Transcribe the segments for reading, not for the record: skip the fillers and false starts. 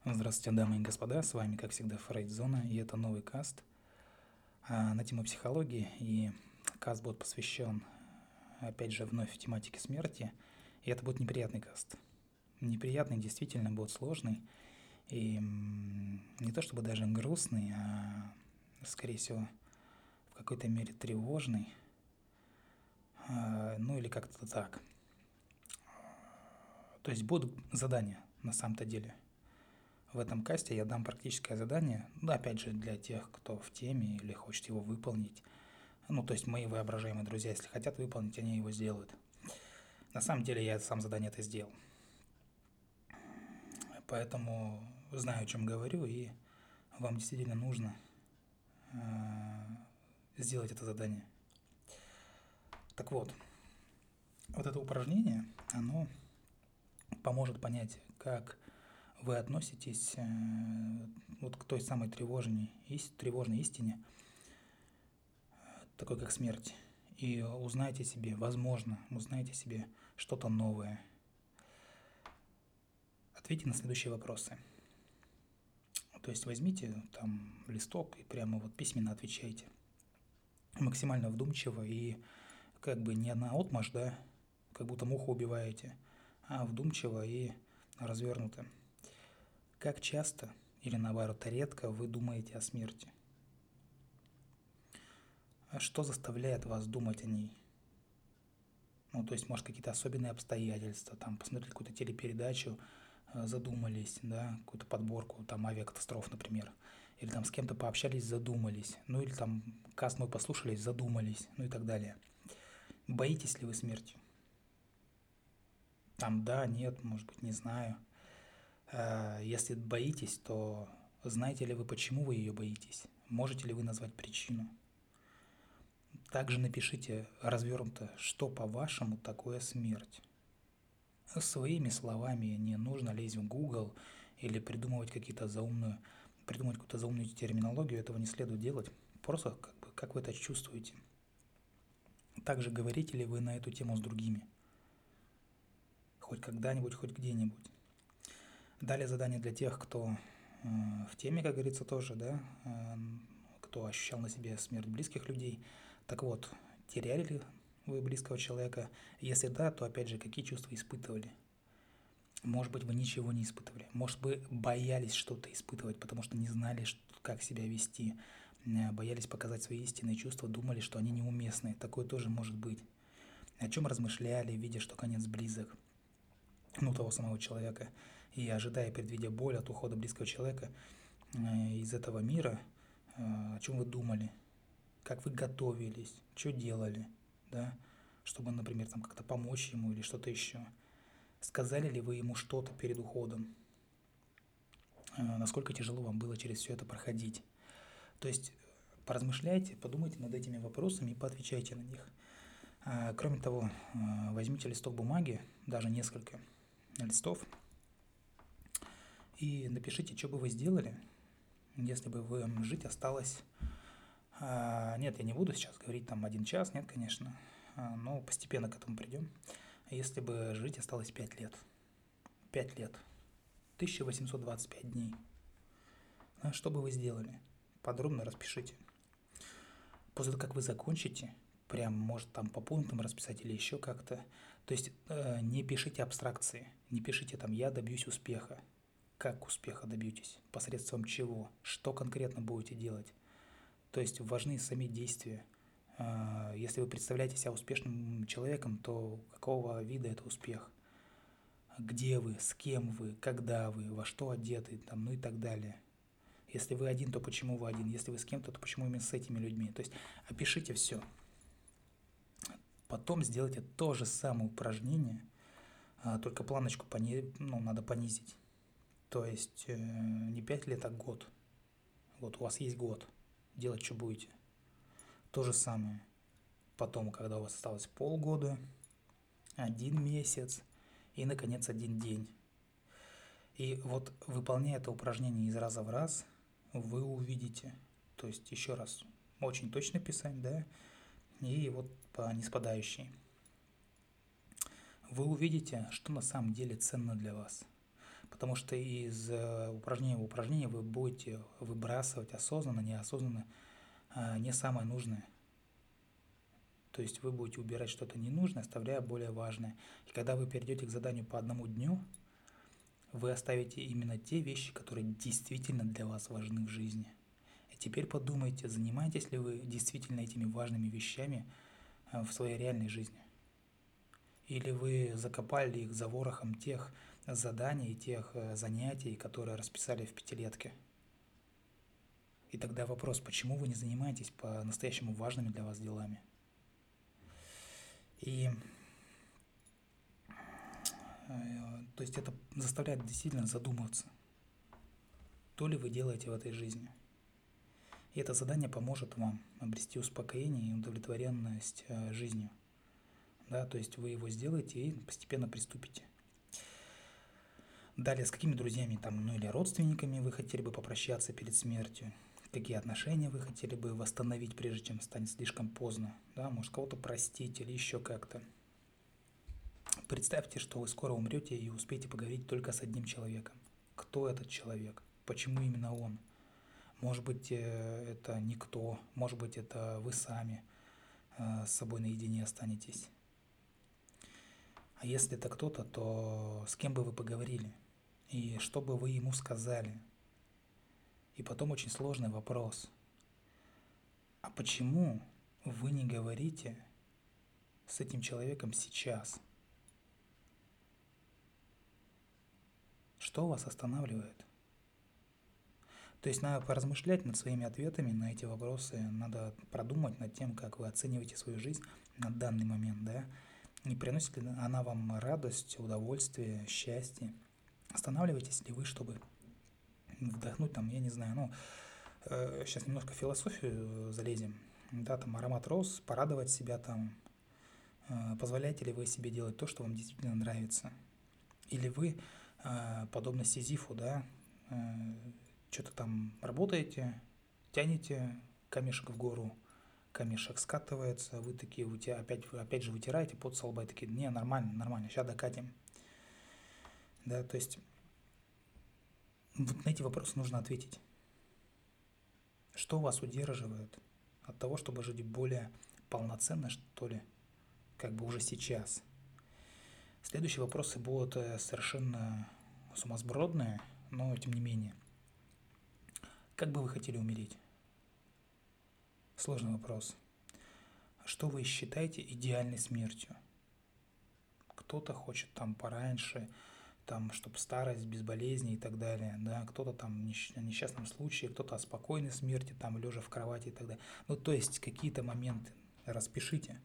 Здравствуйте, дамы и господа, с вами, как всегда, Фрейд-зона, и это новый каст на тему психологии, и каст будет посвящен, опять же, вновь тематике смерти, и это будет неприятный каст. Неприятный, действительно, будет сложный, и не то чтобы даже грустный, а, скорее всего, в какой-то мере тревожный, ну или как-то так. То есть будут задания на самом-то деле. В этом касте я дам практическое задание, ну, опять же, для тех, кто в теме или хочет его выполнить. Ну, то есть мои воображаемые друзья, если хотят выполнить, они его сделают. На самом деле я сам задание это сделал. Поэтому знаю, о чем говорю, и вам действительно нужно сделать это задание. Так вот это упражнение, оно поможет понять, как вы относитесь вот к той самой тревожной истине, такой как смерть. И узнаете себе, возможно, узнаете себе что-то новое. Ответьте на следующие вопросы. То есть возьмите там листок и прямо вот письменно отвечайте. Максимально вдумчиво и как бы не наотмашь, да, как будто муху убиваете, а вдумчиво и развернуто. Как часто или наоборот редко вы думаете о смерти? А что заставляет вас думать о ней? Ну, то есть, может, какие-то особенные обстоятельства, там, посмотрели какую-то телепередачу, задумались, да, какую-то подборку, там, авиакатастроф, например, или там с кем-то пообщались, задумались, ну, или там каст мой послушались, задумались, ну и так далее. Боитесь ли вы смерти? Там, да, нет, может быть, не знаю. Если боитесь, то знаете ли вы, почему вы ее боитесь? Можете ли вы назвать причину? Также напишите развернуто, что по-вашему такое смерть. Своими словами, не нужно лезть в Google или придумывать какую-то заумную терминологию, этого не следует делать. Просто как вы это чувствуете. Также говорите ли вы на эту тему с другими. Хоть когда-нибудь, хоть где-нибудь. Далее задание для тех, кто в теме, как говорится, тоже, да, кто ощущал на себе смерть близких людей. Так вот, теряли ли вы близкого человека? Если да, то опять же, какие чувства испытывали? Может быть, вы ничего не испытывали. Может, вы боялись что-то испытывать, потому что не знали, как себя вести. Боялись показать свои истинные чувства, думали, что они неуместны. Такое тоже может быть. О чем размышляли, видя, что конец близок, ну, того самого человека. И ожидая, предвидя боль от ухода близкого человека из этого мира, о чем вы думали, как вы готовились, что делали, да, чтобы, например, там как-то помочь ему или что-то еще. Сказали ли вы ему что-то перед уходом? Насколько тяжело вам было через все это проходить? То есть поразмышляйте, подумайте над этими вопросами и поотвечайте на них. Кроме того, возьмите листок бумаги, даже несколько листов, и напишите, что бы вы сделали, если бы вам жить осталось... Нет, я не буду сейчас говорить там 1 час, нет, конечно, но постепенно к этому придем. Если бы жить осталось 5 лет. 5 лет. 1825 дней. Что бы вы сделали? Подробно распишите. После того, как вы закончите, прям, может, там по пунктам расписать или еще как-то. То есть не пишите абстракции, не пишите там «я добьюсь успеха». Как успеха добьетесь? Посредством чего? Что конкретно будете делать? То есть важны сами действия. Если вы представляете себя успешным человеком, то какого вида это успех? Где вы, с кем вы, когда вы, во что одеты, там, ну и так далее. Если вы один, то почему вы один? Если вы с кем-то, то почему именно с этими людьми? То есть опишите все. Потом сделайте то же самое упражнение, только планочку надо понизить. То есть не 5 лет, а год. Вот у вас есть год. Делать что будете. То же самое. Потом, когда у вас осталось полгода, 1 месяц и, наконец, 1 день. И вот, выполняя это упражнение из раза в раз, вы увидите, то есть еще раз, очень точно писать, да, и вот по ниспадающей. Вы увидите, что на самом деле ценно для вас. Потому что из упражнения в упражнение вы будете выбрасывать осознанно, неосознанно не самое нужное. То есть вы будете убирать что-то ненужное, оставляя более важное. И когда вы перейдете к заданию по одному дню, вы оставите именно те вещи, которые действительно для вас важны в жизни. И теперь подумайте, занимаетесь ли вы действительно этими важными вещами в своей реальной жизни. Или вы закопали их за ворохом тех заданий и тех занятий, которые расписали в пятилетке. И тогда вопрос, почему вы не занимаетесь по-настоящему важными для вас делами? И то есть это заставляет действительно задумываться, то ли вы делаете в этой жизни. И это задание поможет вам обрести успокоение и удовлетворенность жизнью. Да, то есть вы его сделаете и постепенно приступите. Далее, с какими друзьями там, ну или родственниками вы хотели бы попрощаться перед смертью? Какие отношения вы хотели бы восстановить, прежде чем станет слишком поздно? Да, может, кого-то простить или еще как-то. Представьте, что вы скоро умрете и успеете поговорить только с одним человеком. Кто этот человек? Почему именно он? Может быть, это никто, может быть, это вы сами с собой наедине останетесь. А если это кто-то, то с кем бы вы поговорили? И что бы вы ему сказали? И потом очень сложный вопрос. А почему вы не говорите с этим человеком сейчас? Что вас останавливает? То есть надо поразмышлять над своими ответами на эти вопросы, надо продумать над тем, как вы оцениваете свою жизнь на данный момент, да? Не приносит ли она вам радость, удовольствие, счастье? Останавливаетесь ли вы, чтобы вдохнуть там, я не знаю, ну, сейчас немножко в философию залезем, да, там аромат роз, порадовать себя там, позволяете ли вы себе делать то, что вам действительно нравится? Или вы, подобно Сизифу, да, что-то там работаете, тянете камешек в гору, камешек скатывается, вы такие, опять же вытираете пот со лба и такие, не, нормально, сейчас докатим. Да, то есть вот на эти вопросы нужно ответить. Что вас удерживает от того, чтобы жить более полноценно, что ли, как бы уже сейчас? Следующие вопросы будут совершенно сумасбродные, но тем не менее. Как бы вы хотели умереть? Сложный вопрос. Что вы считаете идеальной смертью? Кто-то хочет там пораньше, там, чтобы старость, без болезней и так далее, да, кто-то там о несчастном случае, кто-то о спокойной смерти, там, лежа в кровати и так далее. Ну, то есть какие-то моменты распишите.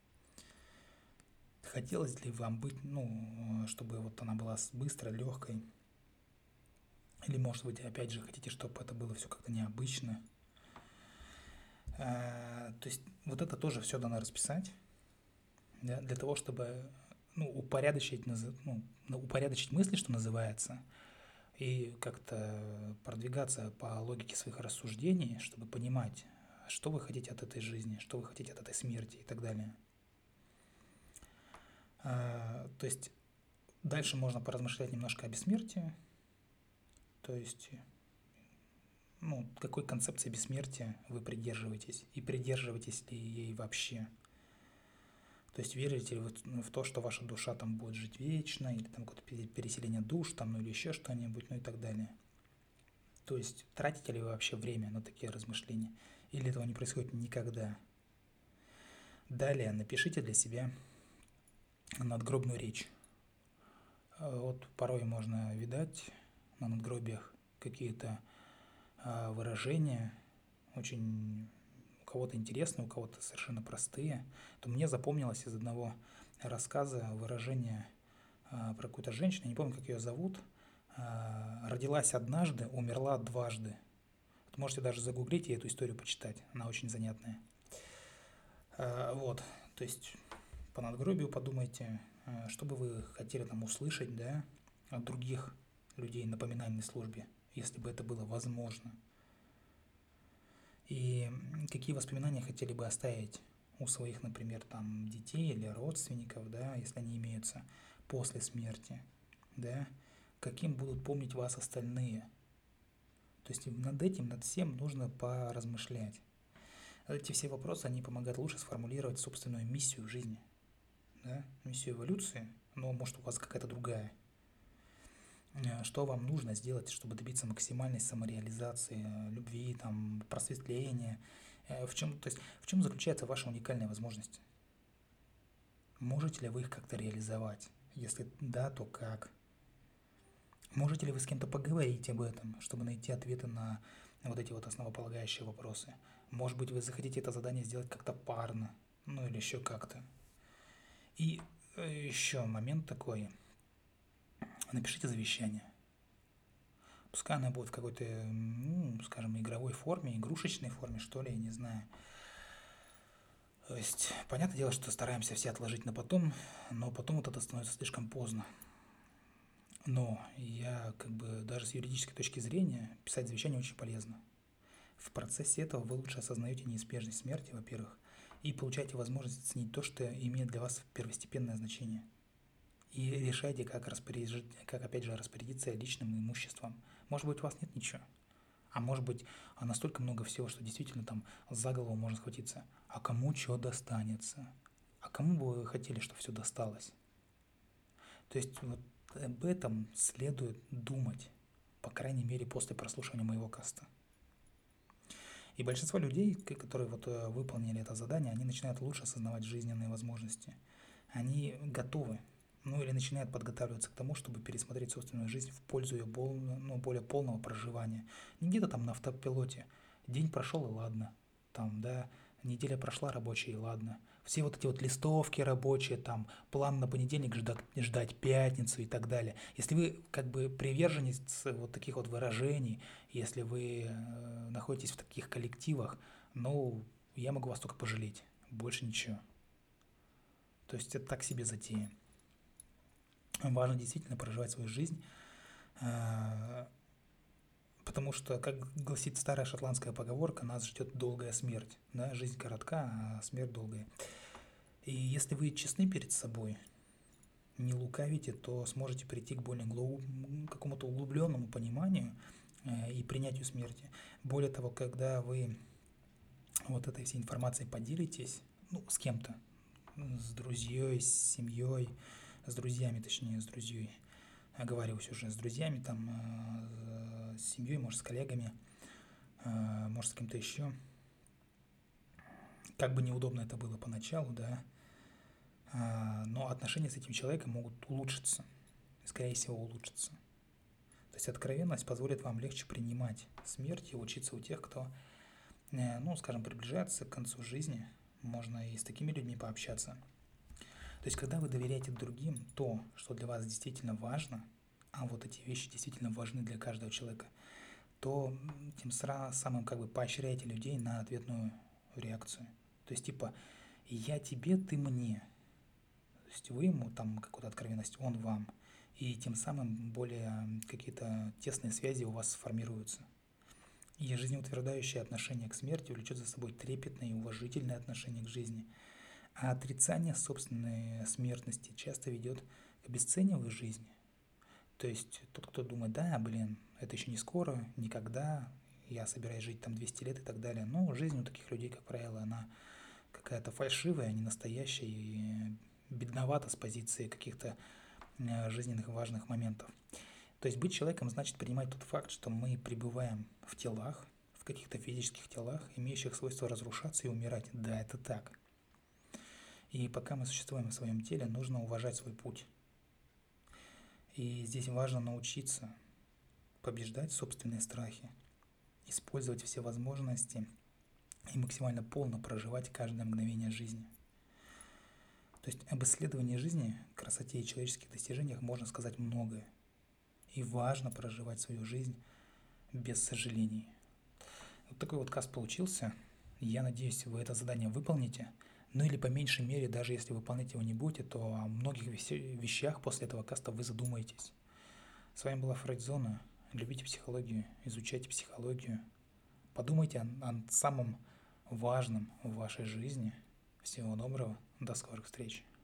Хотелось ли вам быть, ну, чтобы вот она была быстрой, легкой? Или, может быть, опять же, хотите, чтобы это было все как-то необычно? То есть вот это тоже все надо расписать, да, для того, чтобы упорядочить мысли, что называется, и как-то продвигаться по логике своих рассуждений, чтобы понимать, что вы хотите от этой жизни, что вы хотите от этой смерти и так далее. То есть дальше можно поразмышлять немножко о бессмертии, то есть какой концепции бессмертия вы придерживаетесь и придерживаетесь ли ей вообще. То есть верите ли вы в то, что ваша душа там будет жить вечно, или там какое-то переселение душ, там, ну или еще что-нибудь, ну и так далее. То есть тратите ли вы вообще время на такие размышления, или этого не происходит никогда. Далее напишите для себя надгробную речь. Вот порой можно видать на надгробиях какие-то выражения, очень у кого-то интересные, у кого-то совершенно простые. То мне запомнилось из одного рассказа выражение про какую-то женщину, я не помню, как ее зовут, родилась однажды, умерла дважды. Вот можете даже загуглить и эту историю почитать, она очень занятная. Вот, то есть по надгробию подумайте, что бы вы хотели там услышать, да, от других людей на поминальной службе, если бы это было возможно. И какие воспоминания хотели бы оставить у своих, например, там детей или родственников, да, если они имеются после смерти, да. каким будут помнить вас остальные. То есть над этим, над всем нужно поразмышлять. Эти все вопросы, они помогают лучше сформулировать собственную миссию в жизни. Да? Миссию эволюции, но может у вас какая-то другая. Что вам нужно сделать, чтобы добиться максимальной самореализации, любви, там, просветления? То есть, в чем заключается ваша уникальная возможность? Можете ли вы их как-то реализовать? Если да, то как? Можете ли вы с кем-то поговорить об этом, чтобы найти ответы на вот эти вот основополагающие вопросы? Может быть, вы захотите это задание сделать как-то парно, ну или еще как-то. И еще момент такой. Напишите завещание. Пускай она будет в какой-то, ну, скажем, игровой форме, игрушечной форме, что ли, я не знаю. То есть, понятное дело, что стараемся все отложить на потом, но потом вот это становится слишком поздно. Но я как бы даже с юридической точки зрения писать завещание очень полезно. В процессе этого вы лучше осознаете неизбежность смерти, во-первых, и получаете возможность оценить то, что имеет для вас первостепенное значение. И решайте, как опять же, распорядиться личным имуществом. Может быть, у вас нет ничего. А может быть, настолько много всего, что действительно там за голову можно схватиться. А кому что достанется? А кому бы вы хотели, чтобы все досталось? То есть вот об этом следует думать, по крайней мере, после прослушивания моего каста. И большинство людей, которые вот выполнили это задание, они начинают лучше осознавать жизненные возможности. Они готовы, ну или начинают подготавливаться к тому, чтобы пересмотреть собственную жизнь в пользу ее более полного проживания. Не где-то там на автопилоте. День прошел и ладно. Там, да, неделя прошла рабочая и ладно. Все вот эти вот листовки рабочие, там, план на понедельник ждать пятницу и так далее. Если вы как бы приверженец вот таких вот выражений, если вы находитесь в таких коллективах, ну, я могу вас только пожалеть. Больше ничего. То есть это так себе затея. Важно действительно проживать свою жизнь, потому что, как гласит старая шотландская поговорка, нас ждет долгая смерть. Да? Жизнь коротка, а смерть долгая. И если вы честны перед собой, не лукавите, то сможете прийти к какому-то углубленному пониманию и принятию смерти. Более того, когда вы вот этой всей информацией поделитесь, ну, с кем-то, с друзьей, с семьей, с друзьями, точнее, с друзьей, оговариваюсь уже, с друзьями, там, с семьей, может, с коллегами, может, с кем-то еще. Как бы неудобно это было поначалу, да, но отношения с этим человеком могут улучшиться, скорее всего, улучшиться. То есть откровенность позволит вам легче принимать смерть и учиться у тех, кто, ну, скажем, приближается к концу жизни. Можно и с такими людьми пообщаться. То есть, когда вы доверяете другим то, что для вас действительно важно, а вот эти вещи действительно важны для каждого человека, то тем самым как бы поощряете людей на ответную реакцию. То есть, типа, я тебе, ты мне. То есть вы ему там какую-то откровенность, он вам. И тем самым более какие-то тесные связи у вас сформируются. И жизнеутверждающее отношение к смерти влечет за собой трепетное и уважительное отношение к жизни. А отрицание собственной смертности часто ведет к обесцениванию жизни. То есть тот, кто думает, да, блин, это еще не скоро, никогда, я собираюсь жить там 200 лет и так далее. Но жизнь у таких людей, как правило, она какая-то фальшивая, не настоящая и бедновата с позиции каких-то жизненных важных моментов. То есть быть человеком значит принимать тот факт, что мы пребываем в телах, в каких-то физических телах, имеющих свойство разрушаться и умирать. Да, это так. И пока мы существуем в своем теле, нужно уважать свой путь. И здесь важно научиться побеждать собственные страхи, использовать все возможности и максимально полно проживать каждое мгновение жизни. То есть об исследовании жизни, красоте и человеческих достижениях можно сказать многое. И важно проживать свою жизнь без сожалений. Вот такой вот каст получился. Я надеюсь, вы это задание выполните. Ну или по меньшей мере, даже если выполнять его не будете, то о многих вещах после этого каста вы задумаетесь. С вами была Фрейдзона. Любите психологию, изучайте психологию. Подумайте о самом важном в вашей жизни. Всего доброго, до скорых встреч.